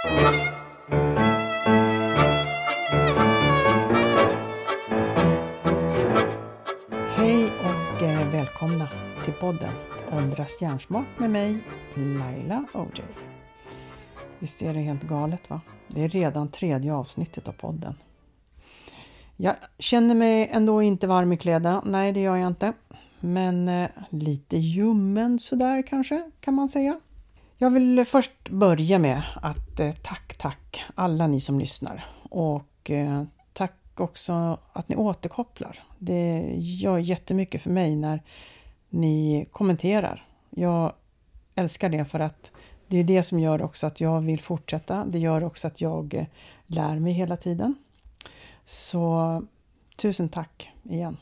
Hej och välkomna till podden Åldras hjärnsmart med mig, Laila OJ. Visst är det helt galet, va? Det är redan 3:e avsnittet av podden. Jag känner mig ändå inte varm i kläderna. Nej, det gör jag inte. Men lite ljummen sådär kanske, kan man säga. Jag vill först börja med att tack alla ni som lyssnar. Och tack också att ni återkopplar. Det gör jättemycket för mig när ni kommenterar. Jag älskar det för att det är det som gör också att jag vill fortsätta. Det gör också att jag lär mig hela tiden. Så tusen tack igen.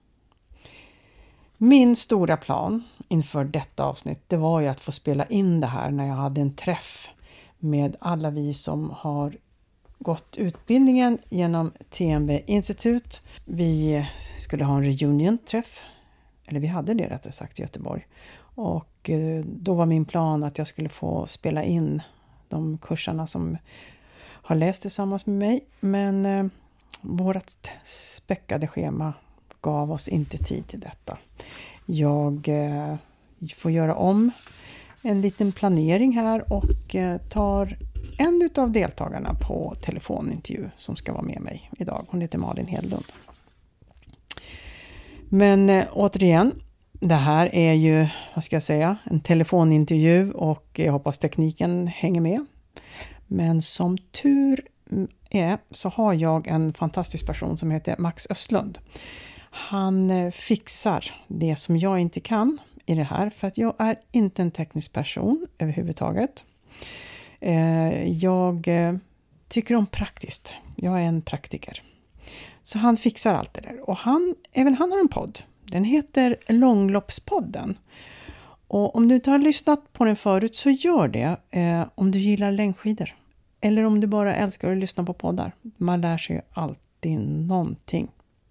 Min stora plan inför detta avsnitt, det var ju att få spela in det här när jag hade en träff med alla vi som har gått utbildningen genom TMB Institute. Vi skulle ha en reunion-träff, eller vi hade det rättare sagt i Göteborg. Och då var min plan att jag skulle få spela in de kurserna som har läst tillsammans med mig. Men vårt späckade schema gav oss inte tid till detta. Jag får göra om en liten planering här och tar en av deltagarna på telefonintervju som ska vara med mig idag. Hon heter Malin Hedlund. Men återigen, det här är ju, vad ska jag säga, en telefonintervju och jag hoppas tekniken hänger med. Men som tur är så har jag en fantastisk person som heter Max Östlund. Han fixar det som jag inte kan i det här för att jag är inte en teknisk person överhuvudtaget. Jag tycker om praktiskt. Jag är en praktiker. Så han fixar allt det där. Och även han har en podd. Den heter Långloppspodden. Och om du inte har lyssnat på den förut så gör det om du gillar längdskidor. Eller om du bara älskar att lyssna på poddar. Man lär sig alltid någonting.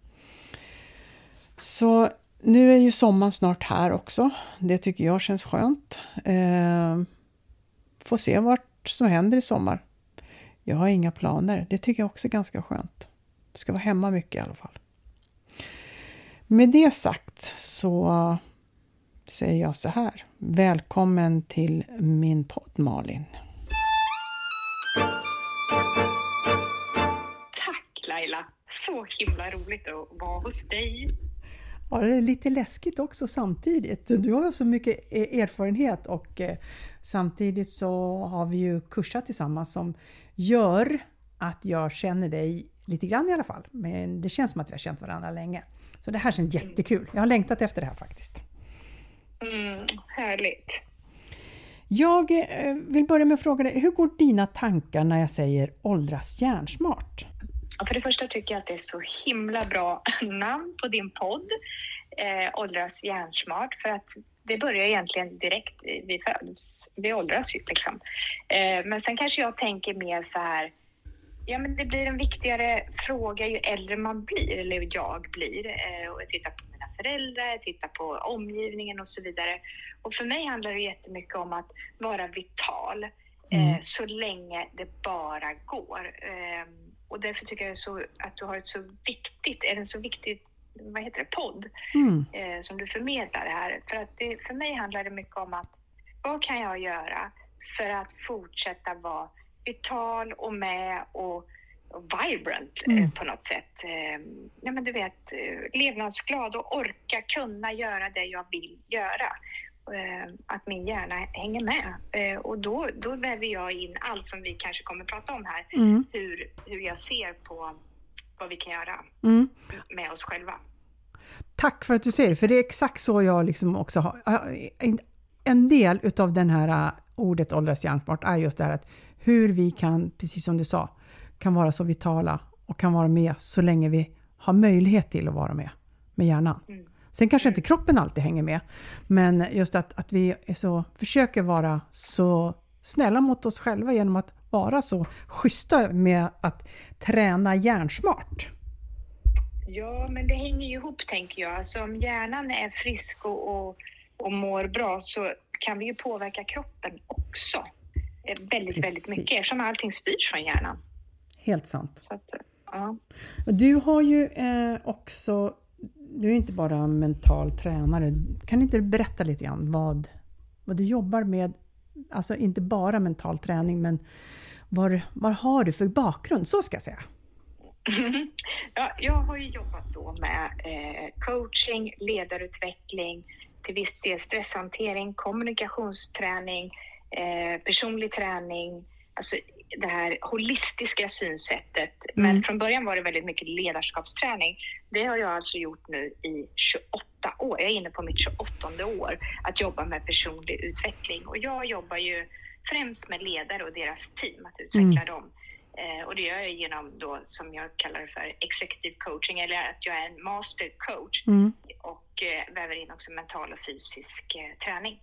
Så nu är ju sommaren snart här också. Det tycker jag känns skönt. Får se vad som händer i sommar. Jag har inga planer. Det tycker jag också är ganska skönt. Jag ska vara hemma mycket i alla fall. Med det sagt så säger jag så här. Välkommen till min podd, Malin. Tack Laila. Så himla roligt att vara hos dig. Ja, det är lite läskigt också samtidigt. Du har ju så mycket erfarenhet och samtidigt så har vi ju kursat tillsammans som gör att jag känner dig lite grann i alla fall. Men det känns som att vi har känt varandra länge. Så det här känns jättekul. Jag har längtat efter det här faktiskt. Härligt. Jag vill börja med att fråga dig, hur går dina tankar när jag säger åldras hjärnsmart? Ja, för det första tycker jag att det är så himla bra namn på din podd, Åldras hjärnsmart, för att det börjar egentligen direkt vid föds. Vi åldras ju liksom. Men sen kanske jag tänker mer så här, ja men det blir en viktigare fråga ju äldre man blir, eller jag blir. Och jag tittar på mina föräldrar, jag tittar på omgivningen och så vidare. Och för mig handlar det jättemycket om att vara vital så länge det bara går. Och därför tycker jag så att du har en så viktig podd som du förmedlar det här. För att för mig handlar det mycket om att vad kan jag göra för att fortsätta vara vital och med och vibrant på något sätt. Ja, men du vet, levnadsglad och orka kunna göra det jag vill göra. Att min hjärna hänger med. Och då väver jag in allt som vi kanske kommer att prata om här. Hur jag ser på vad vi kan göra med oss själva. Tack för att du säger det, för det är exakt så jag liksom också har. En del utav den här ordet åldras hjärnsmart är just det här att hur vi kan, precis som du sa, kan vara så vitala och kan vara med så länge vi har möjlighet till att vara med hjärnan. Sen kanske inte kroppen alltid hänger med, men just att vi försöker vara så snälla mot oss själva genom att vara så schyssta med att träna hjärnsmart. Ja, men det hänger ju ihop, tänker jag. Alltså, om hjärnan är frisk och mår bra så kan vi ju påverka kroppen också. väldigt mycket, eftersom allting styrs från hjärnan. Helt sant. Så att, ja. Du har ju också, du är inte bara mental tränare. Kan inte du berätta lite grann vad du jobbar med? Alltså inte bara mental träning, men vad har du för bakgrund, så ska jag säga. Ja, jag har ju jobbat då med coaching, ledarutveckling, till viss del stresshantering, kommunikationsträning, personlig träning, alltså det här holistiska synsättet. Men från början var det väldigt mycket ledarskapsträning. Det har jag alltså gjort nu i 28 år. Jag är inne på mitt 28:e år att jobba med personlig utveckling. Och jag jobbar ju främst med ledare och deras team, att utveckla dem. Och det gör jag genom då, som jag kallar det för executive coaching, eller att jag är en master coach och väver in också mental och fysisk träning.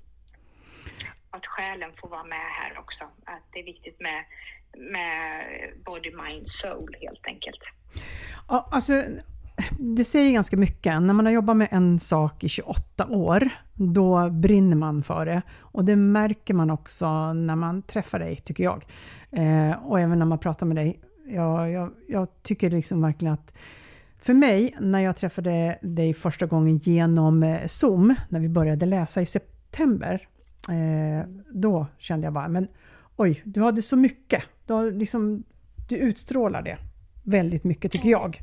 Att själen får vara med här också. Att det är viktigt med body, mind, soul helt enkelt. Ja, alltså det säger ganska mycket. När man har jobbat med en sak i 28 år, då brinner man för det. Och det märker man också när man träffar dig, tycker jag. Och även när man pratar med dig. Jag tycker liksom verkligen att för mig, när jag träffade dig första gången genom Zoom, när vi började läsa i september, då kände jag bara, men oj, du hade så mycket. Du utstrålar det väldigt mycket, tycker jag.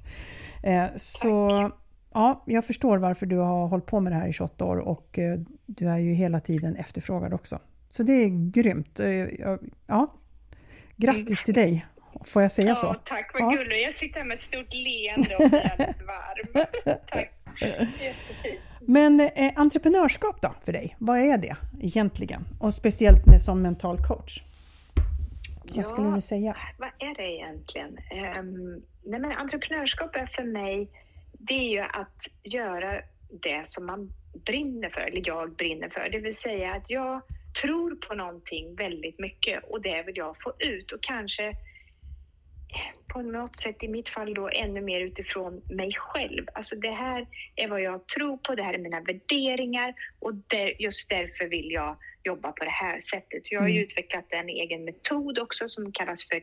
Så ja, jag förstår varför du har hållit på med det här i 28 år, och du är ju hela tiden efterfrågad också. Så det är grymt. Ja, grattis till dig. Får jag säga så? Tack, vad gulligt. Jag sitter här med ett stort leende och är alldeles varm. Tack. Jättefint. Men entreprenörskap då för dig, vad är det egentligen? Och speciellt med som mental coach. Vad skulle du säga? Vad är det egentligen? Nej, men entreprenörskap är för mig, det är ju att göra det som man brinner för, eller jag brinner för. Det vill säga att jag tror på någonting väldigt mycket och det vill jag få ut, och kanske på något sätt i mitt fall då ännu mer utifrån mig själv. Alltså det här är vad jag tror på, det här är mina värderingar, och just därför vill jag jobba på det här sättet. Jag har ju utvecklat en egen metod också som kallas för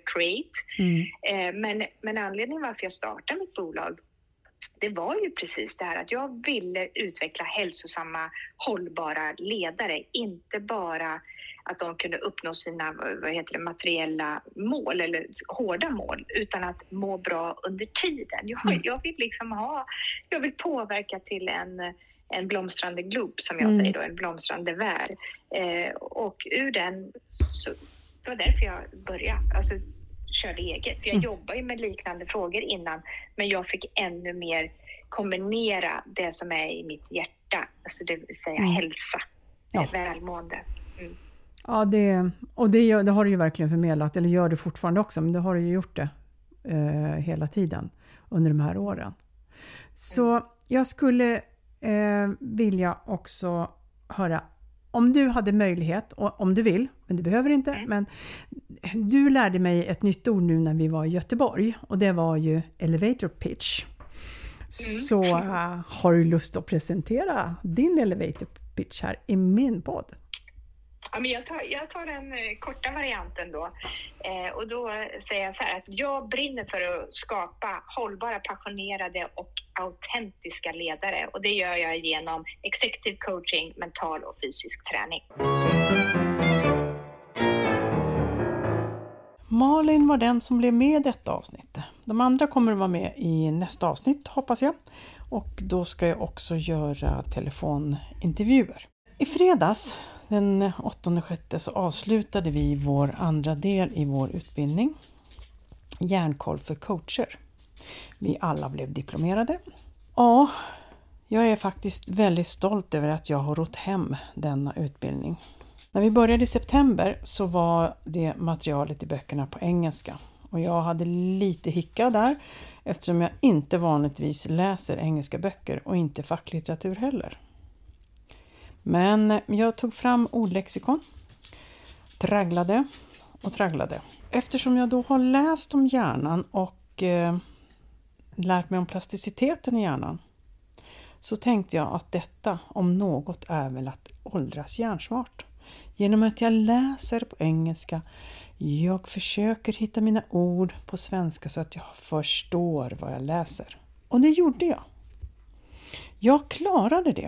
CREATE. Men anledningen varför jag startade mitt bolag, det var ju precis det här att jag ville utveckla hälsosamma, hållbara ledare. Inte bara att de kunde uppnå sina materiella mål eller hårda mål, utan att må bra under tiden. Jag vill jag vill påverka till en blomstrande glob, som jag säger då, en blomstrande värld. Och ur den, så det var därför jag började, alltså körde eget. För jag jobbar ju med liknande frågor innan, men jag fick ännu mer kombinera det som är i mitt hjärta, alltså det vill säga hälsa, välmående. Ja, det har du ju verkligen förmedlat, eller gör du fortfarande också, men det har du ju gjort det hela tiden under de här åren. Så jag skulle vilja också höra, om du hade möjlighet, och om du vill, men du behöver inte, men du lärde mig ett nytt ord nu när vi var i Göteborg, och det var ju elevator pitch. Så har du lust att presentera din elevator pitch här i min podd? Ja, men jag tar den korta varianten då. Och då säger jag så här att jag brinner för att skapa hållbara, passionerade och autentiska ledare. Och det gör jag genom executive coaching, mental och fysisk träning. Malin var den som blev med i detta avsnitt. De andra kommer att vara med i nästa avsnitt, hoppas jag. Och då ska jag också göra telefonintervjuer. I fredags, den 8/6, så avslutade vi vår andra del i vår utbildning. Hjärnkoll för coacher. Vi alla blev diplomerade. Ja, jag är faktiskt väldigt stolt över att jag har rott hem denna utbildning. När vi började i september så var det materialet i böckerna på engelska. Och jag hade lite hicka där, eftersom jag inte vanligtvis läser engelska böcker och inte facklitteratur heller. Men jag tog fram ordlexikon, tragglade. Eftersom jag då har läst om hjärnan och lärt mig om plasticiteten i hjärnan, så tänkte jag att detta om något är väl att åldras hjärnsmart. Genom att jag läser på engelska. Jag försöker hitta mina ord på svenska så att jag förstår vad jag läser. Och det gjorde jag. Jag klarade det.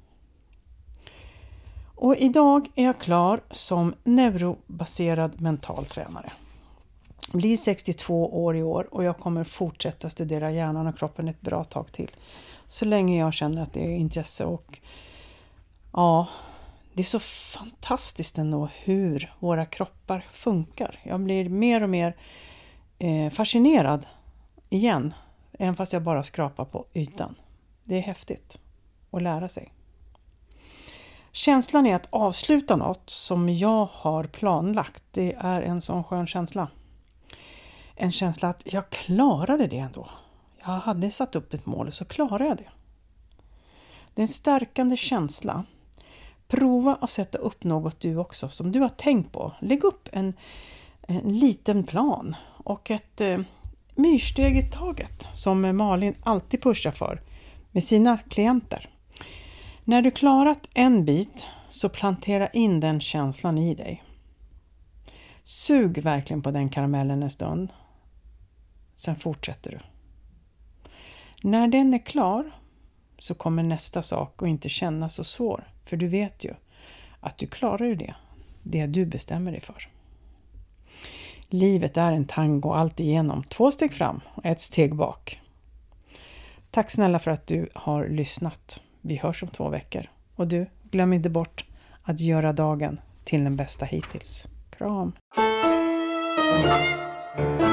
Och idag är jag klar som neurobaserad mentaltränare. Jag blir 62 år i år och jag kommer fortsätta studera hjärnan och kroppen ett bra tag till. Så länge jag känner att det är intresse. Och ja, det är så fantastiskt ändå hur våra kroppar funkar. Jag blir mer och mer fascinerad igen. Även fast jag bara skrapar på ytan. Det är häftigt att lära sig. Känslan är att avsluta något som jag har planlagt. Det är en sån skön känsla. En känsla att jag klarade det ändå. Jag hade satt upp ett mål och så klarade jag det. Det är en stärkande känsla. Prova att sätta upp något du också som du har tänkt på. Lägg upp en liten plan och ett myrsteg i taget som Malin alltid pushar för med sina klienter. När du klarat en bit så plantera in den känslan i dig. Sug verkligen på den karamellen en stund. Sen fortsätter du. När den är klar så kommer nästa sak att inte kännas så svår. För du vet ju att du klarar det du bestämmer dig för. Livet är en tango allt igenom. 2 steg fram och 1 steg bak. Tack snälla för att du har lyssnat. Vi hörs om 2 veckor. Och du, glöm inte bort att göra dagen till den bästa hittills. Kram!